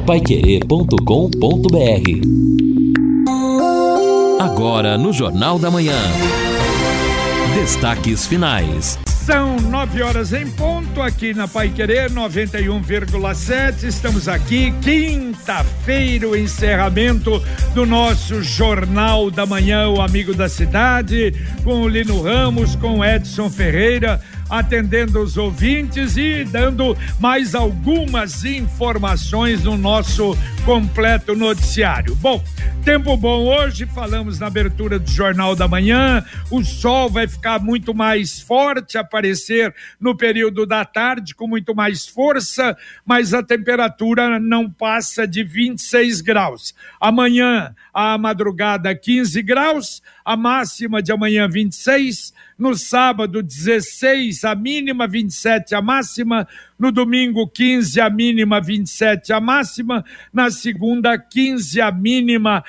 paiquerê.com.br. Agora no Jornal da Manhã. Destaques finais. São 9h em ponto aqui na Paiquerê 91,7. Estamos aqui, quinta-feira, o encerramento do nosso Jornal da Manhã, o Amigo da Cidade, com o Lino Ramos, com o Edson Ferreira, atendendo os ouvintes e dando mais algumas informações no nosso completo noticiário. Bom, tempo bom hoje, falamos na abertura do Jornal da Manhã, o sol vai ficar muito mais forte, aparecer no período da tarde com muito mais força, mas a temperatura não passa de 26 graus. Amanhã, a madrugada, 15 graus, a máxima de amanhã 26, no sábado 16 a mínima, 27 a máxima, no domingo 15 a mínima, 27 a máxima, na segunda 15 a mínima,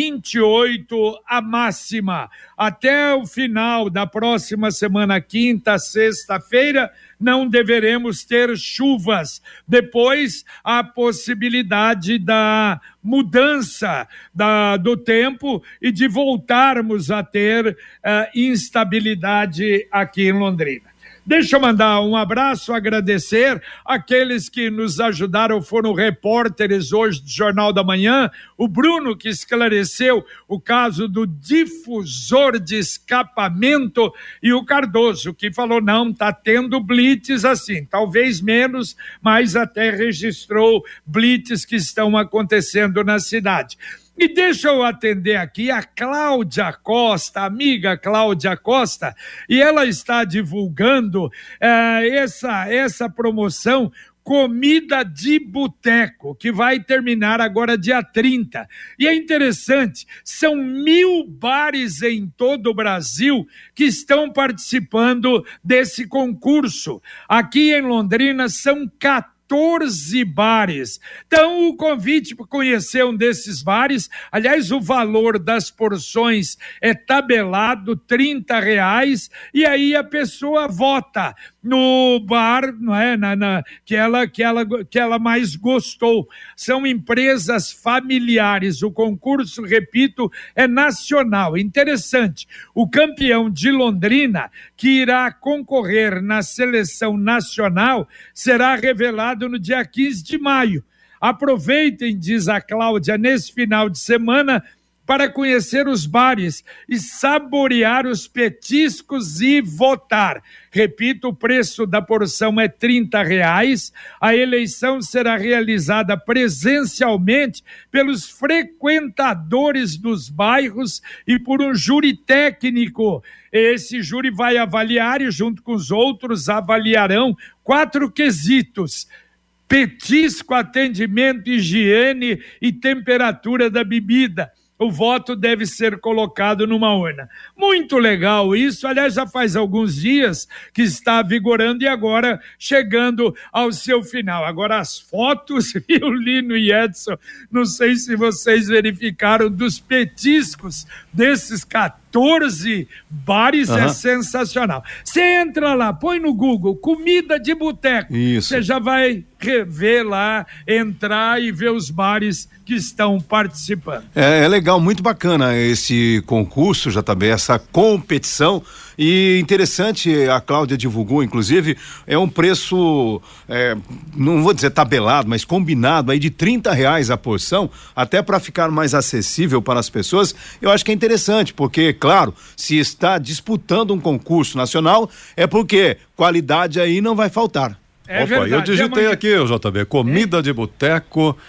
28 a máxima. Até o final da próxima semana, quinta, sexta-feira, não deveremos ter chuvas. Depois, a possibilidade da mudança do tempo e de voltarmos a ter instabilidade aqui em Londrina. Deixa eu mandar um abraço, agradecer aqueles que nos ajudaram, foram repórteres hoje do Jornal da Manhã, o Bruno, que esclareceu o caso do difusor de escapamento, e o Cardoso, que falou, não, tá tendo blitz assim, talvez menos, mas até registrou blitz que estão acontecendo na cidade. E deixa eu atender aqui a Cláudia Costa, amiga Cláudia Costa, e ela está divulgando essa promoção Comida de Boteco, que vai terminar agora dia 30. E é interessante, são 1.000 bares em todo o Brasil que estão participando desse concurso. Aqui em Londrina são 14 bares. Então, o convite para conhecer um desses bares, aliás, o valor das porções é tabelado, R$30, e aí a pessoa vota no bar, não é, que ela mais gostou. São empresas familiares. O concurso, repito, é nacional. Interessante, o campeão de Londrina, que irá concorrer na seleção nacional, será revelado no dia 15 de maio. Aproveitem, diz a Cláudia, nesse final de semana, para conhecer os bares e saborear os petiscos e votar. Repito, o preço da porção é R$30. A eleição será realizada presencialmente pelos frequentadores dos bairros e por um júri técnico. Esse júri vai avaliar e, junto com os outros, avaliarão 4 quesitos: petisco, atendimento, higiene e temperatura da bebida. O voto deve ser colocado numa urna. Muito legal isso, aliás, já faz alguns dias que está vigorando e agora chegando ao seu final. Agora as fotos, viu, Lino e Edson, não sei se vocês verificaram, dos petiscos desses 14 bares, é sensacional. Você entra lá, põe no Google, comida de boteco, você já vai ver lá, entrar e ver os bares que estão participando. É legal, muito bacana esse concurso, JB, essa competição, e interessante, a Cláudia divulgou, inclusive, é um preço, não vou dizer tabelado, mas combinado aí de R$30 a porção, até para ficar mais acessível para as pessoas. Eu acho que é interessante, porque, claro, se está disputando um concurso nacional, é porque qualidade aí não vai faltar. É verdade. Eu digitei aqui, JB, comida de boteco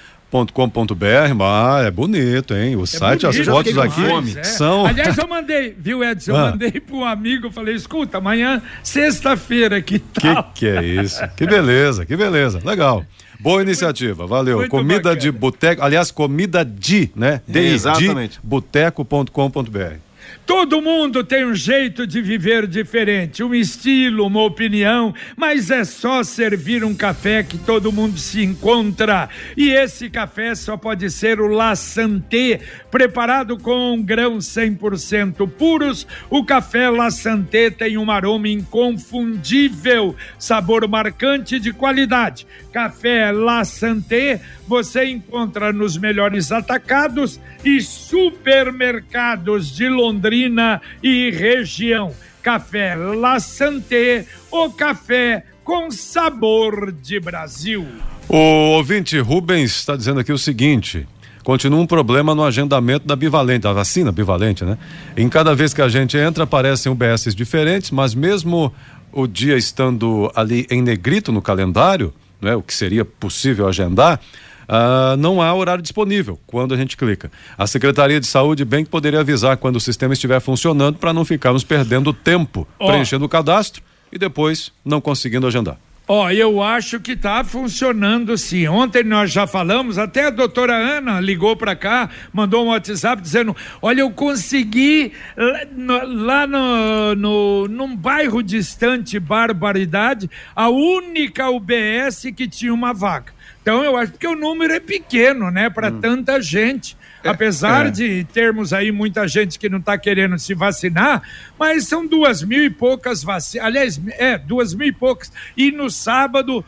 .com.br, é bonito, hein? O site, bonito, as fotos aqui são... Aliás, eu mandei, viu, Edson? Eu mandei para um amigo, falei, escuta, amanhã, sexta-feira, que tal? Que é isso? Que beleza, legal. Boa iniciativa, valeu. Muito comida bacana. De boteco, aliás, comida de, né? Exatamente. boteco.com.br. Todo mundo tem um jeito de viver diferente, um estilo, uma opinião, mas é só servir um café que todo mundo se encontra. E esse café só pode ser o La Santé, preparado com grãos 100% puros. O café La Santé tem um aroma inconfundível, sabor marcante de qualidade. Café La Santé você encontra nos melhores atacados e supermercados de Londrina e região. Café La Santé, o café com sabor de Brasil. O ouvinte Rubens está dizendo aqui o seguinte: continua um problema no agendamento da bivalente, a vacina bivalente, né? Em cada vez que a gente entra, aparecem UBSs diferentes, mas mesmo o dia estando ali em negrito no calendário, né, o que seria possível agendar, não há horário disponível quando a gente clica. A Secretaria de Saúde bem que poderia avisar quando o sistema estiver funcionando para não ficarmos perdendo tempo preenchendo o cadastro e depois não conseguindo agendar. Eu acho que está funcionando sim. Ontem nós já falamos, até a doutora Ana ligou para cá, mandou um WhatsApp dizendo: olha, eu consegui lá num bairro distante, Barbaridade, a única UBS que tinha uma vaga. Então eu acho que o número é pequeno, né, para tanta gente. Apesar de termos aí muita gente que não está querendo se vacinar, mas são 2.000 e poucas vacinas, aliás, 2.000 e poucas, e no sábado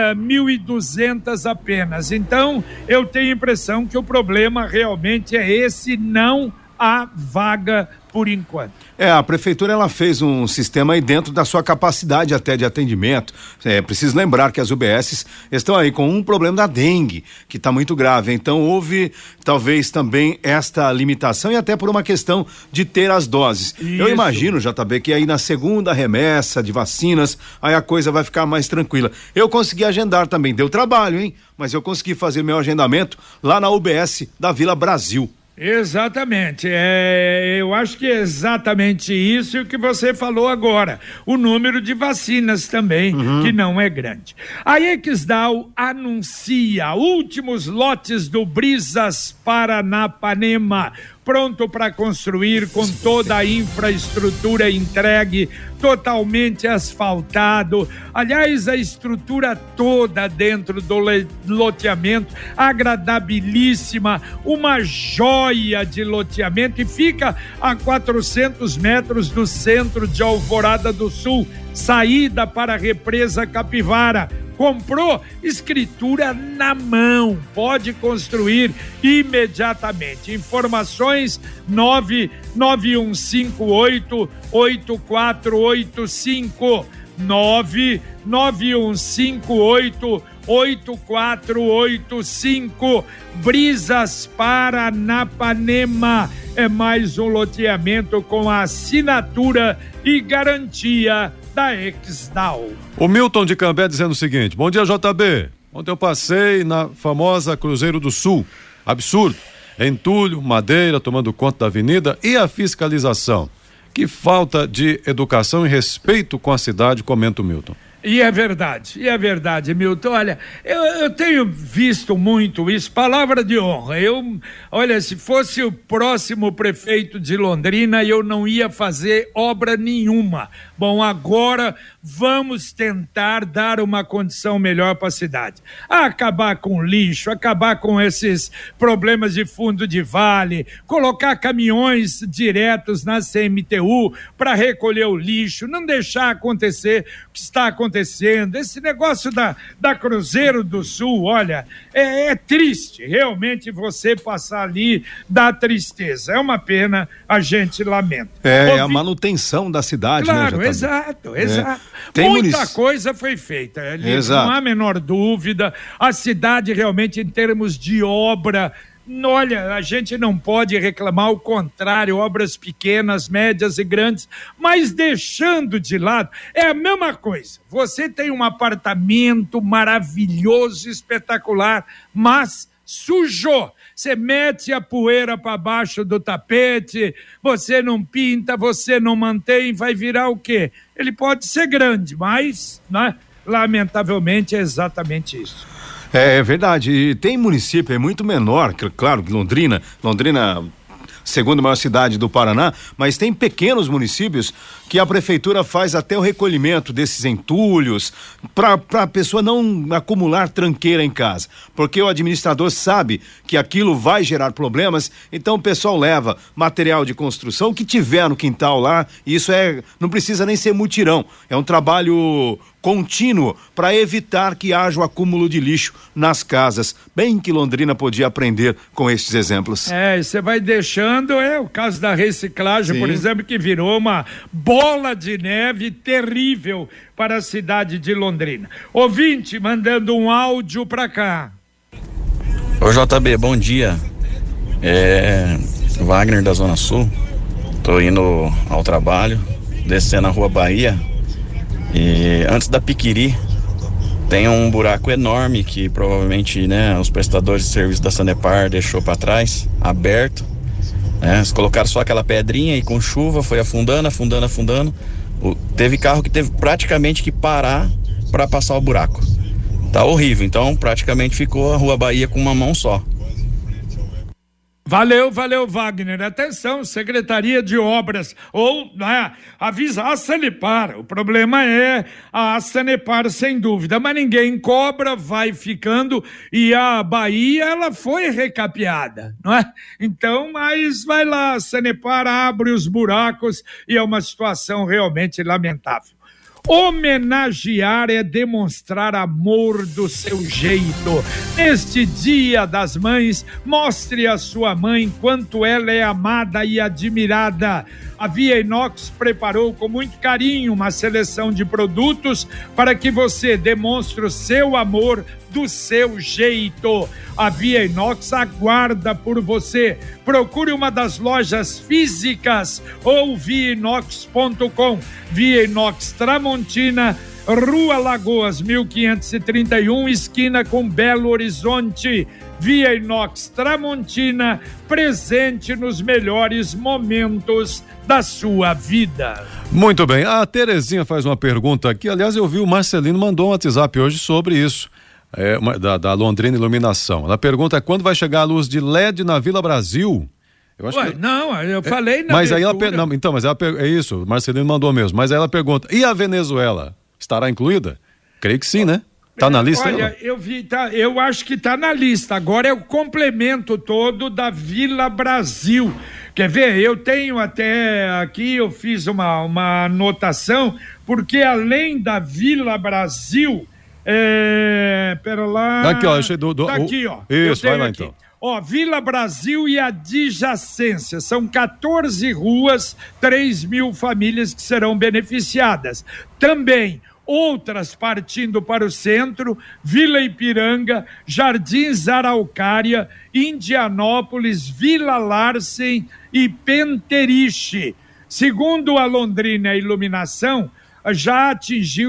1.200 apenas. Então eu tenho a impressão que o problema realmente é esse, não há vaga por enquanto. A prefeitura ela fez um sistema aí dentro da sua capacidade até de atendimento. Preciso lembrar que as UBSs estão aí com um problema da dengue, que está muito grave. Então houve talvez também esta limitação e até por uma questão de ter as doses. Isso. Eu imagino, JB, que aí na segunda remessa de vacinas, aí a coisa vai ficar mais tranquila. Eu consegui agendar também, deu trabalho, hein? Mas eu consegui fazer meu agendamento lá na UBS da Vila Brasil. Exatamente, eu acho que é exatamente isso que você falou agora, o número de vacinas também, que não é grande. A Exdal anuncia últimos lotes do Brisas Paranapanema, pronto para construir com toda a infraestrutura entregue, totalmente asfaltado. Aliás, a estrutura toda dentro do loteamento, agradabilíssima, uma joia de loteamento, e fica a 400 metros do centro de Alvorada do Sul, saída para a represa Capivara. Comprou, escritura na mão, pode construir imediatamente. Informações 99158-8485, 99158-8485. Brisas Paranapanema é mais um loteamento com a assinatura e garantia da Exdal. O Milton de Cambé dizendo o seguinte: bom dia, JB. Ontem eu passei na famosa Cruzeiro do Sul. Absurdo. Entulho, madeira tomando conta da avenida, e a fiscalização. Que falta de educação e respeito com a cidade, comenta o Milton. E é verdade, Milton. Olha, eu tenho visto muito isso, palavra de honra. Olha, se fosse o próximo prefeito de Londrina, eu não ia fazer obra nenhuma. Bom, agora vamos tentar dar uma condição melhor para a cidade. Acabar com o lixo, acabar com esses problemas de fundo de vale, colocar caminhões diretos na CMTU para recolher o lixo, não deixar acontecer o que está acontecendo. Esse negócio da Cruzeiro do Sul, olha, é triste, realmente você passar ali dá tristeza, é uma pena, a gente lamenta. A manutenção da cidade, claro, né? Exato. Muita coisa foi feita, não há a menor dúvida, a cidade realmente em termos de obra, olha, a gente não pode reclamar, ao contrário, obras pequenas, médias e grandes, mas deixando de lado, é a mesma coisa. Você tem um apartamento maravilhoso, espetacular, mas sujou. Você mete a poeira para baixo do tapete, você não pinta, você não mantém, vai virar o quê? Ele pode ser grande, mas, né, lamentavelmente é exatamente isso. É verdade, e tem município, é muito menor, claro que Londrina segunda maior cidade do Paraná, mas tem pequenos municípios que a prefeitura faz até o recolhimento desses entulhos para a pessoa não acumular tranqueira em casa, porque o administrador sabe que aquilo vai gerar problemas, então o pessoal leva material de construção que tiver no quintal lá, e isso não precisa nem ser mutirão, é um trabalho contínuo para evitar que haja o acúmulo de lixo nas casas. Bem que Londrina podia aprender com estes exemplos. Você vai deixando, o caso da reciclagem, Sim. por exemplo, que virou uma bola de neve terrível para a cidade de Londrina. Ouvinte mandando um áudio para cá. Ô JB, bom dia. Wagner da Zona Sul. Tô indo ao trabalho, descendo a Rua Bahia. E antes da Piquiri tem um buraco enorme que provavelmente, né, os prestadores de serviço da Sanepar deixou para trás, aberto. Eles colocaram só aquela pedrinha e com chuva foi afundando. Teve carro que teve praticamente que parar para passar o buraco. Tá horrível, então praticamente ficou a Rua Bahia com uma mão só. Valeu, Wagner. Atenção, Secretaria de Obras, ou avisar a Sanepar. O problema é a Sanepar, sem dúvida, mas ninguém cobra, vai ficando, e a Bahia, ela foi recapeada, não é? Então, mas vai lá, a Sanepar abre os buracos e é uma situação realmente lamentável. Homenagear é demonstrar amor do seu jeito. Neste Dia das Mães, mostre à sua mãe quanto ela é amada e admirada. A Via Inox preparou com muito carinho uma seleção de produtos para que você demonstre o seu amor do seu jeito. A Via Inox aguarda por você. Procure uma das lojas físicas ou viainox.com. Via Inox Tramontina, Rua Lagoas 1531, esquina com Belo Horizonte. Via Inox Tramontina, presente nos melhores momentos da sua vida. Muito bem, a Terezinha faz uma pergunta aqui, aliás eu vi o Marcelino mandou um WhatsApp hoje sobre isso, da Londrina Iluminação. Ela pergunta quando vai chegar a luz de LED na Vila Brasil. Eu acho eu falei na mas abertura. aí ela é isso, o Marcelino mandou mesmo, mas aí ela pergunta, e a Venezuela? Estará incluída? Creio que sim, né? Tá na lista? Olha, eu acho que tá na lista. Agora é o complemento todo da Vila Brasil. Quer ver? Eu tenho até aqui, eu fiz uma anotação, porque além da Vila Brasil, pera lá. Aqui, ó, achei tá aqui, ó. Isso, vai lá aqui. Então. Ó, Vila Brasil e adjacência, são 14 ruas, 3.000 famílias que serão beneficiadas. Também outras partindo para o centro, Vila Ipiranga, Jardins Araucária, Indianópolis, Vila Larsen e Penteriche. Segundo a Londrina Iluminação, já atingiu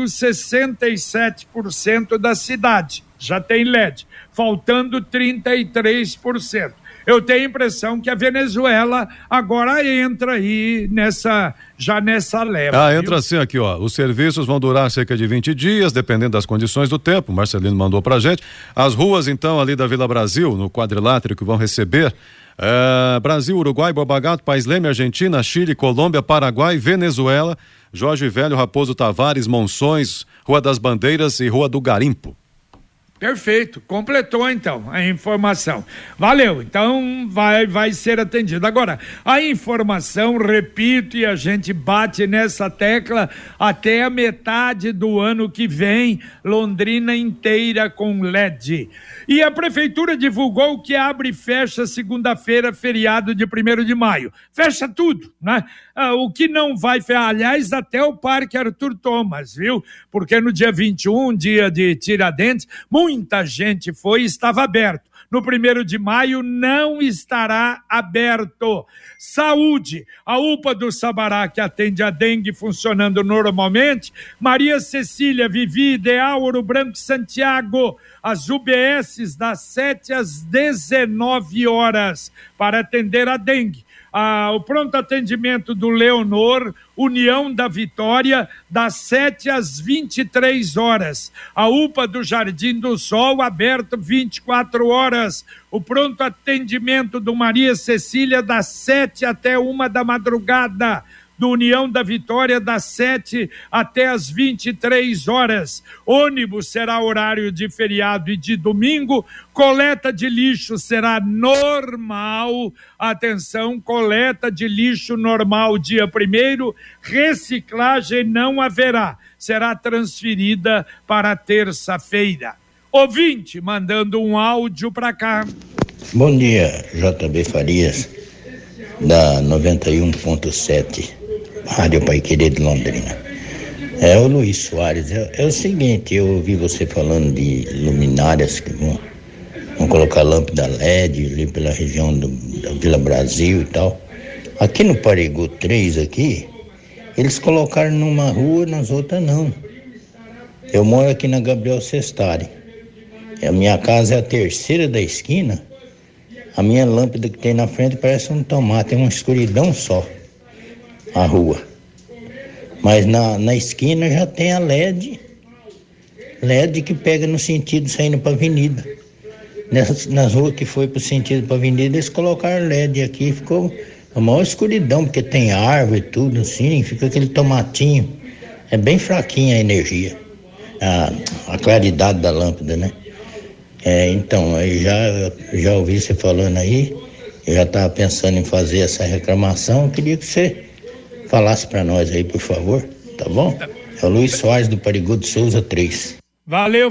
67% da cidade, já tem LED, faltando 33%. Eu tenho a impressão que a Venezuela agora entra aí nessa leva. Entra assim aqui, ó. Os serviços vão durar cerca de 20 dias, dependendo das condições do tempo. O Marcelino mandou pra gente. As ruas, então, ali da Vila Brasil, no quadrilátero que vão receber Brasil, Uruguai, Borba Gato, País Leme, Argentina, Chile, Colômbia, Paraguai, Venezuela, Jorge Velho, Raposo Tavares, Monções, Rua das Bandeiras e Rua do Garimpo. Perfeito, completou então a informação. Valeu, então vai ser atendido. Agora, a informação, repito, e a gente bate nessa tecla até a metade do ano que vem, Londrina inteira com LED. E a prefeitura divulgou que abre e fecha segunda-feira, feriado de 1º de maio. Fecha tudo, né? O que não vai fechar, aliás, até o Parque Arthur Thomas, viu? Porque no dia 21, dia de Tiradentes, muita gente foi e estava aberto. No 1º de maio não estará aberto. Saúde, a UPA do Sabará, que atende a dengue, funcionando normalmente. Maria Cecília, Vivi, Ideal, Ouro Branco, Santiago, as UBSs das 7 às 19 horas para atender a dengue. O pronto atendimento do Leonor, União da Vitória, das 7 às 23 horas. A UPA do Jardim do Sol, aberto 24 horas. O pronto atendimento do Maria Cecília, das 7 até 1 da madrugada. Do União da Vitória, das 7 até as 23 horas. Ônibus será horário de feriado e de domingo. Coleta de lixo será normal. Atenção, coleta de lixo normal dia 1º. Reciclagem não haverá. Será transferida para terça-feira. Ouvinte mandando um áudio para cá. Bom dia, JB Farias, da 91.7. Rádio Paiquerê de Londrina. É o Luiz Soares. É o seguinte, eu ouvi você falando de luminárias que vão colocar lâmpada LED ali pela região da Vila Brasil e tal. Aqui no Parigô 3 aqui, eles colocaram numa rua, nas outras não. Eu moro aqui na Gabriel Sestari. A minha casa é a terceira da esquina. A minha lâmpada que tem na frente parece um tomate, é uma escuridão só. A rua, mas na esquina já tem a LED que pega no sentido saindo para a avenida. Nas ruas que foi para o sentido para a avenida, eles colocaram LED aqui, ficou a maior escuridão, porque tem árvore e tudo assim, fica aquele tomatinho, é bem fraquinha a energia, a claridade da lâmpada, né? Então, aí já ouvi você falando aí, eu já estava pensando em fazer essa reclamação, eu queria que você falasse para nós aí, por favor, tá bom? É o Luiz Soares do Parigô de Souza 3. Valeu,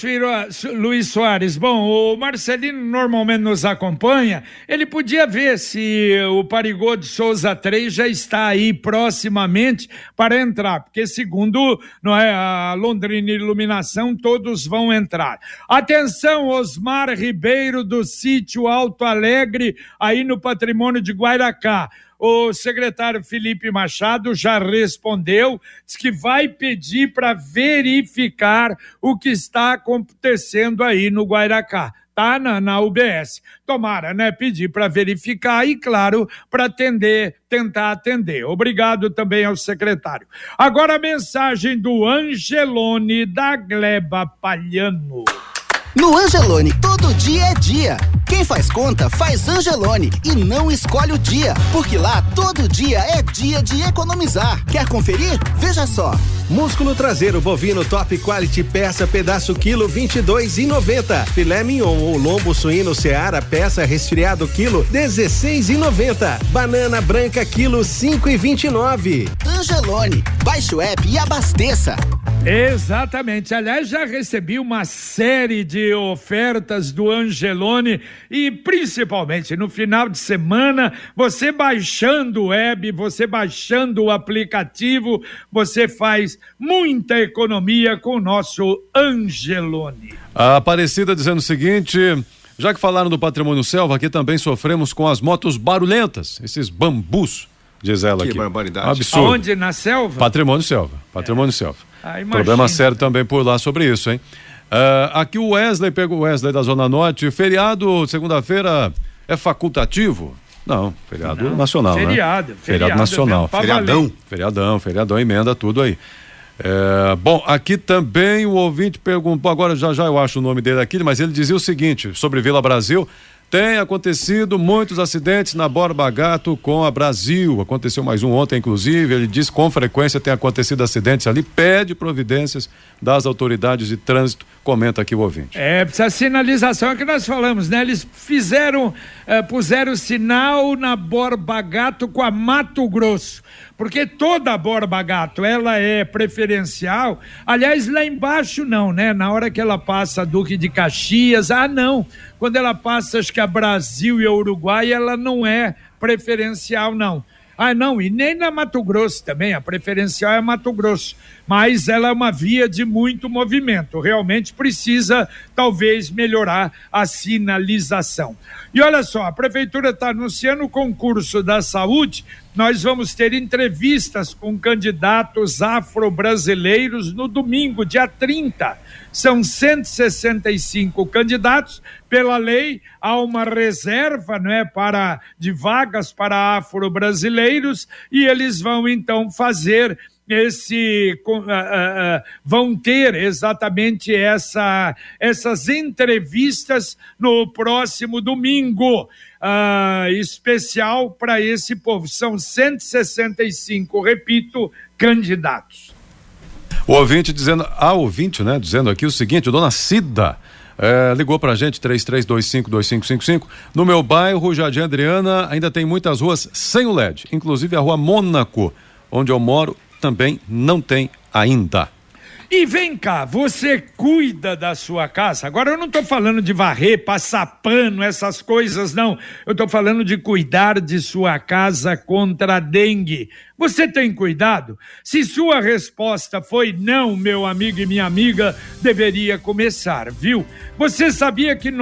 Luiz Soares. Bom, o Marcelino normalmente nos acompanha, ele podia ver se o Parigô de Souza 3 já está aí proximamente para entrar, porque segundo a Londrina Iluminação, todos vão entrar. Atenção, Osmar Ribeiro do sítio Alto Alegre, aí no Patrimônio de Guairacá. O secretário Felipe Machado já respondeu, diz que vai pedir para verificar o que está acontecendo aí no Guairacá. Tá na UBS. Tomara, né? Pedir para verificar e, claro, para tentar atender. Obrigado também ao secretário. Agora a mensagem do Angelone da Gleba Palhano. No Angelone, todo dia é dia. Quem faz conta, faz Angelone e não escolhe o dia, porque lá todo dia é dia de economizar. Quer conferir? Veja só. Músculo traseiro bovino Top Quality peça pedaço quilo 22,90. Filé mignon ou lombo suíno Seara peça resfriado quilo 16,90. Banana branca quilo 5,29. Angelone, baixe o app e abasteça. Exatamente, aliás, já recebi uma série de ofertas do Angelone e principalmente no final de semana, você baixando o web, você baixando o aplicativo, você faz muita economia com o nosso Angelone. A Aparecida dizendo o seguinte: já que falaram do Patrimônio Selva, aqui também sofremos com as motos barulhentas, esses bambus, diz ela aqui. Que barbaridade. Absurdo. Aonde? Na selva? Patrimônio Selva. Problema sério também por lá sobre isso, hein? Aqui o Wesley da Zona Norte, feriado segunda-feira é facultativo? Não, feriado nacional, feriado, né? Feriado nacional. Feriadão, emenda tudo aí. Bom, aqui também o ouvinte perguntou, agora já eu acho o nome dele aqui, mas ele dizia o seguinte, sobre Vila Brasil: tem acontecido muitos acidentes na Borba Gato com a Brasil. Aconteceu mais um ontem, inclusive. Ele diz que com frequência tem acontecido acidentes ali. Pede providências das autoridades de trânsito. Comenta aqui o ouvinte. Essa sinalização é que nós falamos, né? Eles puseram sinal na Borba Gato com a Mato Grosso. Porque toda a Borba Gato, ela é preferencial. Aliás, lá embaixo não, né? Na hora que ela passa a Duque de Caxias, não. Quando ela passa, acho que a Brasil e a Uruguai, ela não é preferencial, não. Não, e nem na Mato Grosso também, a preferencial é Mato Grosso, mas ela é uma via de muito movimento, realmente precisa talvez melhorar a sinalização. E olha só, a prefeitura está anunciando o concurso da saúde nós vamos ter entrevistas com candidatos afro-brasileiros no domingo, dia 30. São 165 candidatos. Pela lei, há uma reserva, né, de vagas para afro-brasileiros, e eles vão então fazer vão ter exatamente essas entrevistas no próximo domingo, especial para esse povo. São 165, repito, candidatos. O ouvinte dizendo aqui o seguinte: dona Cida ligou pra gente, 33252555. No meu bairro, Jardim Adriana, ainda tem muitas ruas sem o LED, inclusive a rua Mônaco, onde eu moro, também não tem ainda. E vem cá, você cuida da sua casa? Agora eu não estou falando de varrer, passar pano, essas coisas, não. Eu estou falando de cuidar de sua casa contra a dengue. Você tem cuidado? Se sua resposta foi não, meu amigo e minha amiga, deveria começar, viu? Você sabia que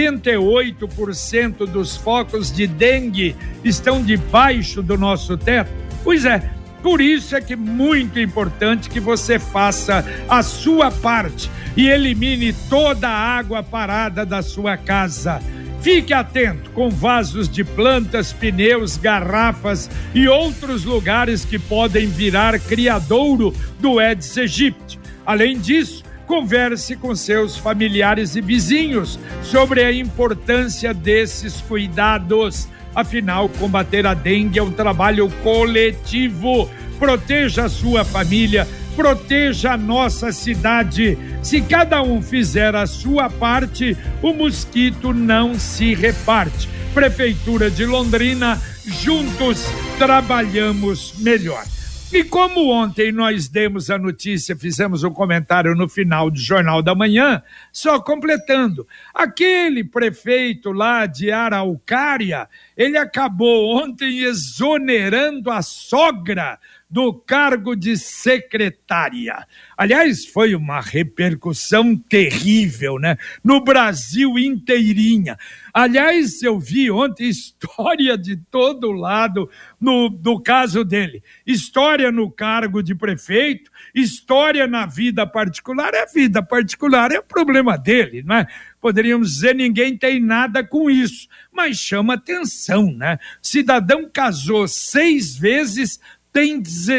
98% dos focos de dengue estão debaixo do nosso teto? Pois é. Por isso é que é muito importante que você faça a sua parte e elimine toda a água parada da sua casa. Fique atento com vasos de plantas, pneus, garrafas e outros lugares que podem virar criadouro do Aedes aegypti. Além disso, converse com seus familiares e vizinhos sobre a importância desses cuidados. Afinal, combater a dengue é um trabalho coletivo. Proteja a sua família, proteja a nossa cidade. Se cada um fizer a sua parte, o mosquito não se reparte. Prefeitura de Londrina, juntos trabalhamos melhor. E como ontem nós demos a notícia, fizemos um comentário no final do Jornal da Manhã, só completando, aquele prefeito lá de Araucária, ele acabou ontem exonerando a sogra do cargo de secretária. Aliás, foi uma repercussão terrível, né? No Brasil inteirinha. Aliás, eu vi ontem história de todo lado no caso dele. História no cargo de prefeito, história na vida particular. A vida particular é o problema dele, não é? Poderíamos dizer, ninguém tem nada com isso. Mas chama atenção, né? Cidadão casou 6 vezes, tem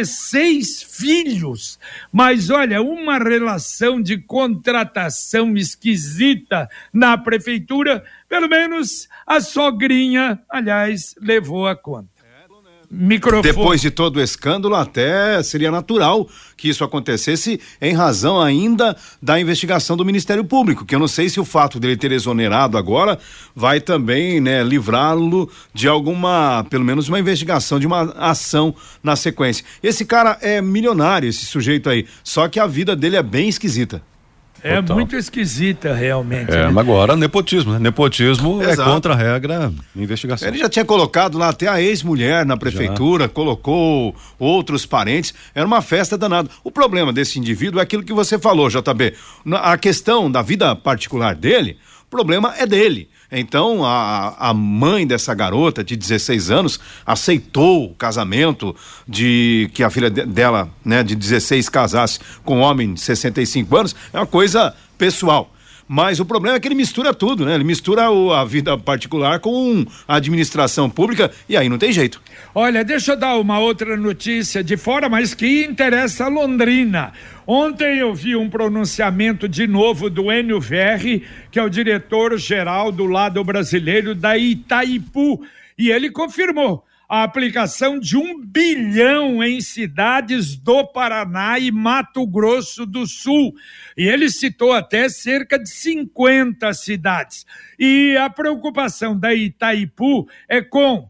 16 filhos, mas olha, uma relação de contratação esquisita na prefeitura, pelo menos a sogrinha, aliás, levou a conta. Microfone. Depois de todo o escândalo, até seria natural que isso acontecesse em razão ainda da investigação do Ministério Público, que eu não sei se o fato dele ter exonerado agora vai também, né, livrá-lo de alguma, pelo menos uma investigação, de uma ação na sequência. Esse cara é milionário, esse sujeito aí, só que a vida dele é bem esquisita. É total. Muito esquisita, realmente. Né? Mas agora nepotismo, né? Nepotismo é contra a regra investigação. Ele já tinha colocado lá até a ex-mulher na prefeitura, colocou outros parentes, era uma festa danada. O problema desse indivíduo é aquilo que você falou, JB. A questão da vida particular dele, o problema é dele. Então, a mãe dessa garota de 16 anos aceitou o casamento que a filha dela, né, de 16 casasse com um homem de 65 anos, é uma coisa pessoal. Mas o problema é que ele mistura tudo, né? Ele mistura a vida particular com a administração pública e aí não tem jeito. Olha, deixa eu dar uma outra notícia de fora, mas que interessa a Londrina. Ontem eu vi um pronunciamento de novo do Enio Verri, que é o diretor-geral do lado brasileiro da Itaipu, e ele confirmou a aplicação de 1 bilhão em cidades do Paraná e Mato Grosso do Sul. E ele citou até cerca de 50 cidades. E a preocupação da Itaipu é com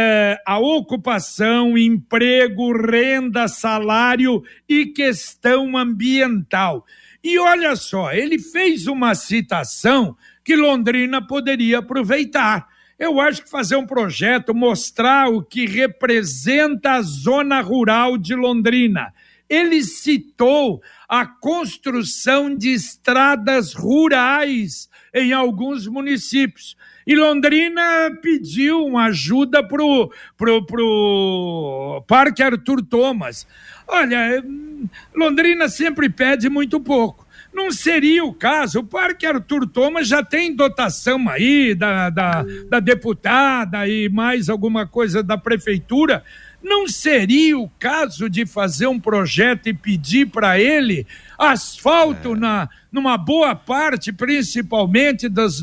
a ocupação, emprego, renda, salário e questão ambiental. E olha só, ele fez uma citação que Londrina poderia aproveitar. Eu acho que fazer um projeto, mostrar o que representa a zona rural de Londrina. ele citou a construção de estradas rurais em alguns municípios. E Londrina pediu uma ajuda pro Parque Arthur Thomas. Olha, Londrina sempre pede muito pouco. Não seria o caso, o Parque Arthur Thomas já tem dotação aí da deputada e mais alguma coisa da prefeitura. Não seria o caso de fazer um projeto e pedir para ele asfalto numa boa parte, principalmente nas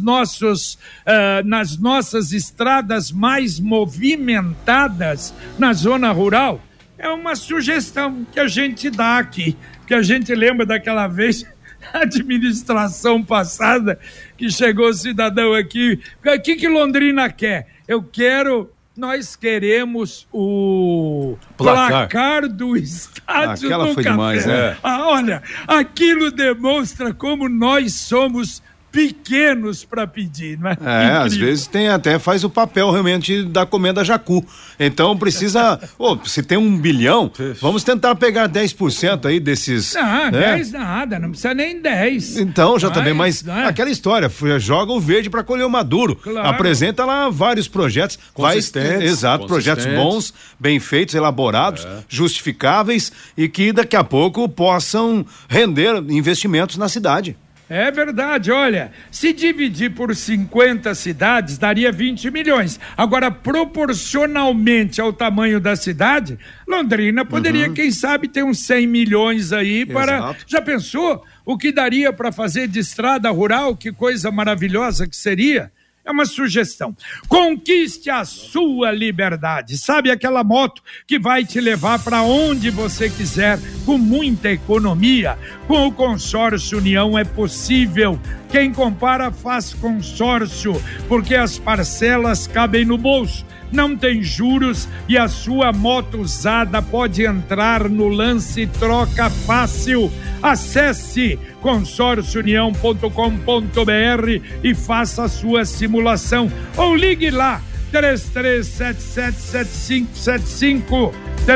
nossas estradas mais movimentadas na zona rural? É uma sugestão que a gente dá aqui, que a gente lembra daquela vez, a administração passada, que chegou o cidadão aqui, o que Londrina quer? Nós queremos o placar do estádio do foi Café. Demais, né? Olha, aquilo demonstra como nós somos pequenos para pedir, não é? Às vezes faz o papel realmente da comenda jacu. Então precisa, se tem 1 bilhão, vamos tentar pegar 10% aí desses. Não, 10 nada, não precisa nem 10. Então, mas aquela história, joga o verde para colher o maduro. Claro. Apresenta lá vários projetos. Consistentes. Projetos bons, bem feitos, elaborados, justificáveis e que daqui a pouco possam render investimentos na cidade. É verdade, olha, se dividir por 50 cidades, daria 20 milhões. Agora, proporcionalmente ao tamanho da cidade, Londrina poderia, quem sabe, ter uns 100 milhões aí para... Exato. Já pensou o que daria para fazer de estrada rural? Que coisa maravilhosa que seria. É uma sugestão. Conquiste a sua liberdade. Sabe aquela moto que vai te levar para onde você quiser, com muita economia? Com o Consórcio União é possível. Quem compara faz consórcio, porque as parcelas cabem no bolso. Não tem juros e a sua moto usada pode entrar no lance troca fácil. Acesse consórciounião.com.br e faça a sua simulação. Ou ligue lá, 33777575,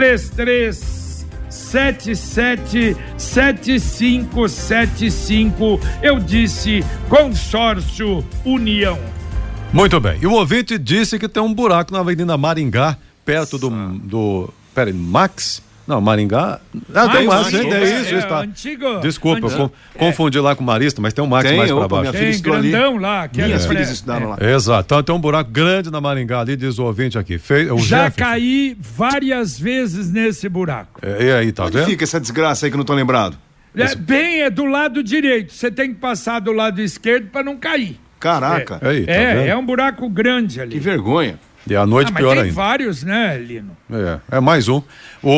33777575. Eu disse Consórcio União. Muito bem. E o ouvinte disse que tem um buraco na Avenida Maringá, perto do Max? Não, Maringá. Tem Max, está. Antigo. Desculpa, eu confundi lá com o Marista, mas tem um Max mais para baixo. Tem grandão lá. Minhas filhas estudaram lá. Exato. Então tem um buraco grande na Maringá ali, diz o ouvinte aqui. Já caí várias vezes nesse buraco. E aí, tá vendo? Onde fica essa desgraça aí que eu não tô lembrado? É do lado direito. Você tem que passar do lado esquerdo para não cair. Caraca. É um buraco grande ali. Que vergonha. E à noite pior ainda. Tem vários, né, Lino? É mais um.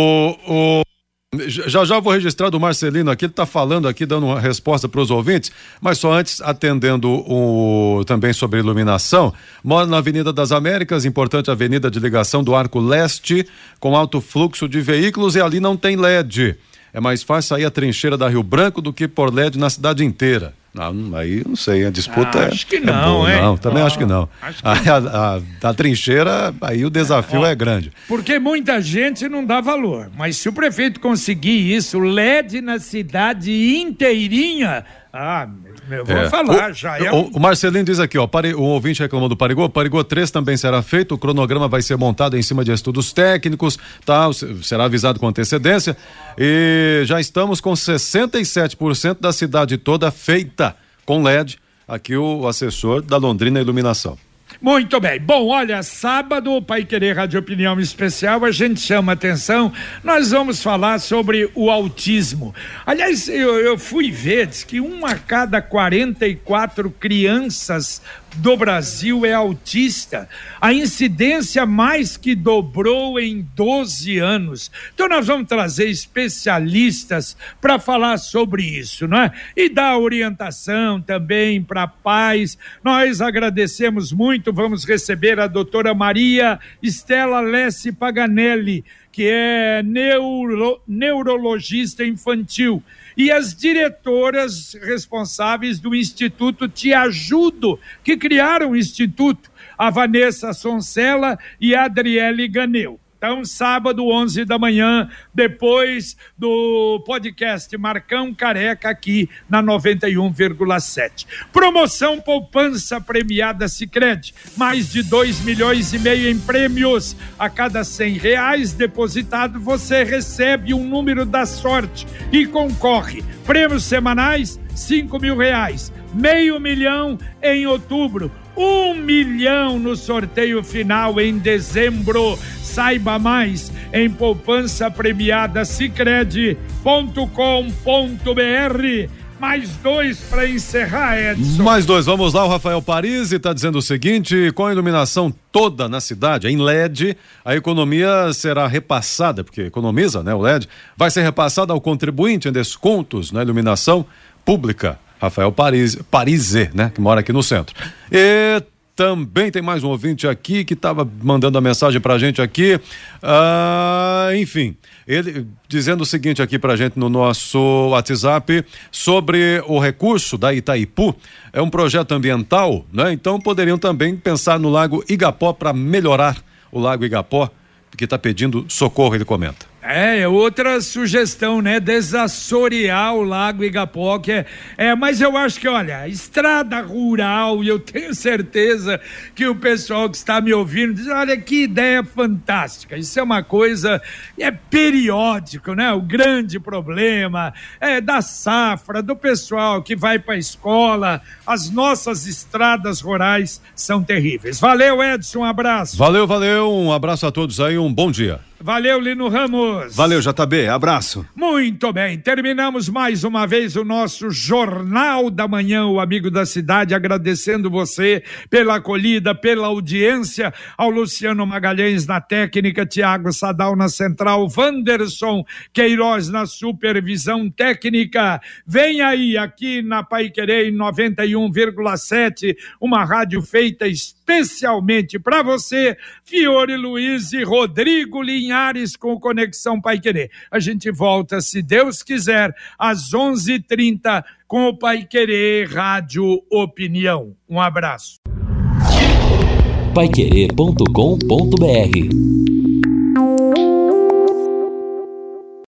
Já vou registrar do Marcelino aqui, ele está falando aqui, dando uma resposta para os ouvintes, mas só antes atendendo também sobre iluminação. Mora na Avenida das Américas, importante avenida de ligação do Arco Leste, com alto fluxo de veículos, e ali não tem LED. É mais fácil sair a trincheira da Rio Branco do que por LED na cidade inteira. Não, aí não sei, a disputa acho que não, boa, não, também acho que não. A trincheira, aí o desafio é grande. Porque muita gente não dá valor, mas se o prefeito conseguir isso, LED na cidade inteirinha, eu vou falar, O Marcelino diz aqui, o ouvinte reclamou do Parigô 3 também será feito, o cronograma vai ser montado em cima de estudos técnicos, será avisado com antecedência, e já estamos com 67% da cidade toda feita com LED, aqui o assessor da Londrina Iluminação. Muito bem. Bom, olha, sábado, Paiquerê Rádio Opinião Especial, a gente chama atenção, nós vamos falar sobre o autismo. Aliás, eu fui ver, diz que 1 a cada 44 crianças do Brasil é autista. A incidência mais que dobrou em 12 anos. Então nós vamos trazer especialistas para falar sobre isso, não é? E dar orientação também para pais. Nós agradecemos muito, vamos receber a doutora Maria Estela Lessi Paganelli, que é neurologista infantil, e as diretoras responsáveis do Instituto Te Ajudo, que criaram o Instituto, a Vanessa Soncella e a Adriele Ganeu. Então, sábado, 11 da manhã, depois do podcast Marcão Careca, aqui na 91,7. Promoção Poupança Premiada Sicredi. Mais de 2,5 milhões em prêmios. A cada R$100 depositado, você recebe um número da sorte e concorre. Prêmios semanais, R$5.000. R$500 mil em outubro. R$1 milhão no sorteio final em dezembro. Saiba mais em poupançapremiadasicredi.com.br. Mais 2 para encerrar, Edson. Mais 2, vamos lá. O Rafael Parisi está dizendo o seguinte: com a iluminação toda na cidade em LED, a economia será repassada, porque economiza, né? O LED vai ser repassada ao contribuinte em descontos na iluminação pública. Rafael Parisi, né? Que mora aqui no centro. E também tem mais um ouvinte aqui que estava mandando a mensagem pra gente aqui. Enfim, ele dizendo o seguinte aqui pra gente no nosso WhatsApp sobre o recurso da Itaipu. É um projeto ambiental, né? Então poderiam também pensar no Lago Igapó para melhorar o Lago Igapó, que está pedindo socorro, ele comenta. Outra sugestão, né? Desassorear o Lago Igapó, mas eu acho que, olha, estrada rural, e eu tenho certeza que o pessoal que está me ouvindo diz, olha, que ideia fantástica, isso é uma coisa, periódico, né? O grande problema da safra, do pessoal que vai para a escola, as nossas estradas rurais são terríveis. Valeu, Edson, um abraço. Valeu, um abraço a todos aí, um bom dia. Valeu, Lino Ramos. Valeu, JB, abraço. Muito bem, terminamos mais uma vez o nosso Jornal da Manhã, o Amigo da Cidade, agradecendo você pela acolhida, pela audiência, ao Luciano Magalhães na técnica, Tiago Sadal na central, Wanderson Queiroz na supervisão técnica. Vem aí, aqui na Paiquerê 91,7, uma rádio feita especialmente para você, Fiore Luiz e Rodrigo Linhares com Conexão Paiquerê. A gente volta, se Deus quiser, às 11h30 com o Paiquerê Rádio Opinião. Um abraço. Paiquerê.com.br